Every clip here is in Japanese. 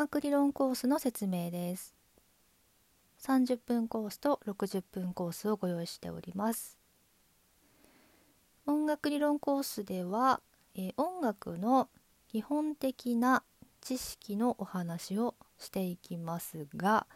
楽理論コースの説明です。30分コースと60分コースをご用意しております。音楽理論コースでは、音楽の基本的な知識のお話をしていきますが、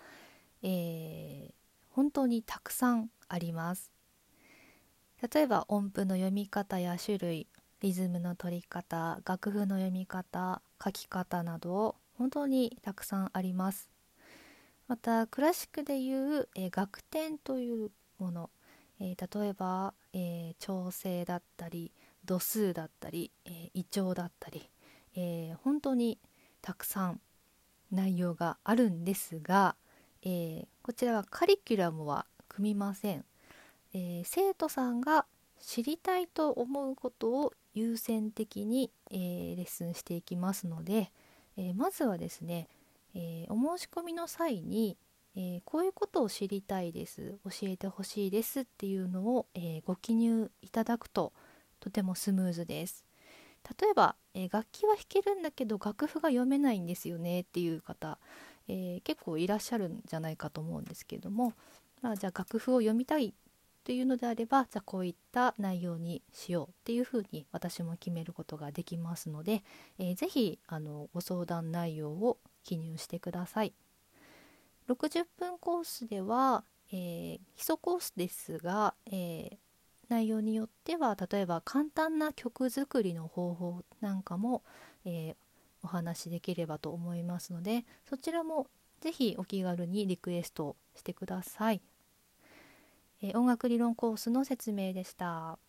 本当にたくさんあります。例えば音符の読み方や種類、リズムの取り方、楽譜の読み方、書き方など本当にたくさんあります。またクラシックでいう、楽典というもの、例えば、調整だったり度数だったり、胃腸だったり、本当にたくさん内容があるんですが、こちらはカリキュラムは組みません。生徒さんが知りたいと思うことを優先的に、レッスンしていきますので、まずはですね、お申し込みの際に、こういうことを知りたいです、教えてほしいですっていうのを、ご記入いただくととてもスムーズです。例えば、楽器は弾けるんだけど楽譜が読めないんですよねっていう方、結構いらっしゃるんじゃないかと思うんですけども、じゃあ楽譜を読みたいというのであれば、じゃあこういった内容にしようっていうふうに私も決めることができますので、ぜひご相談内容を記入してください。60分コースでは、基礎コースですが、内容によっては例えば簡単な曲作りの方法なんかも、お話しできればと思いますので、そちらもぜひお気軽にリクエストしてください。音楽理論コースの説明でした。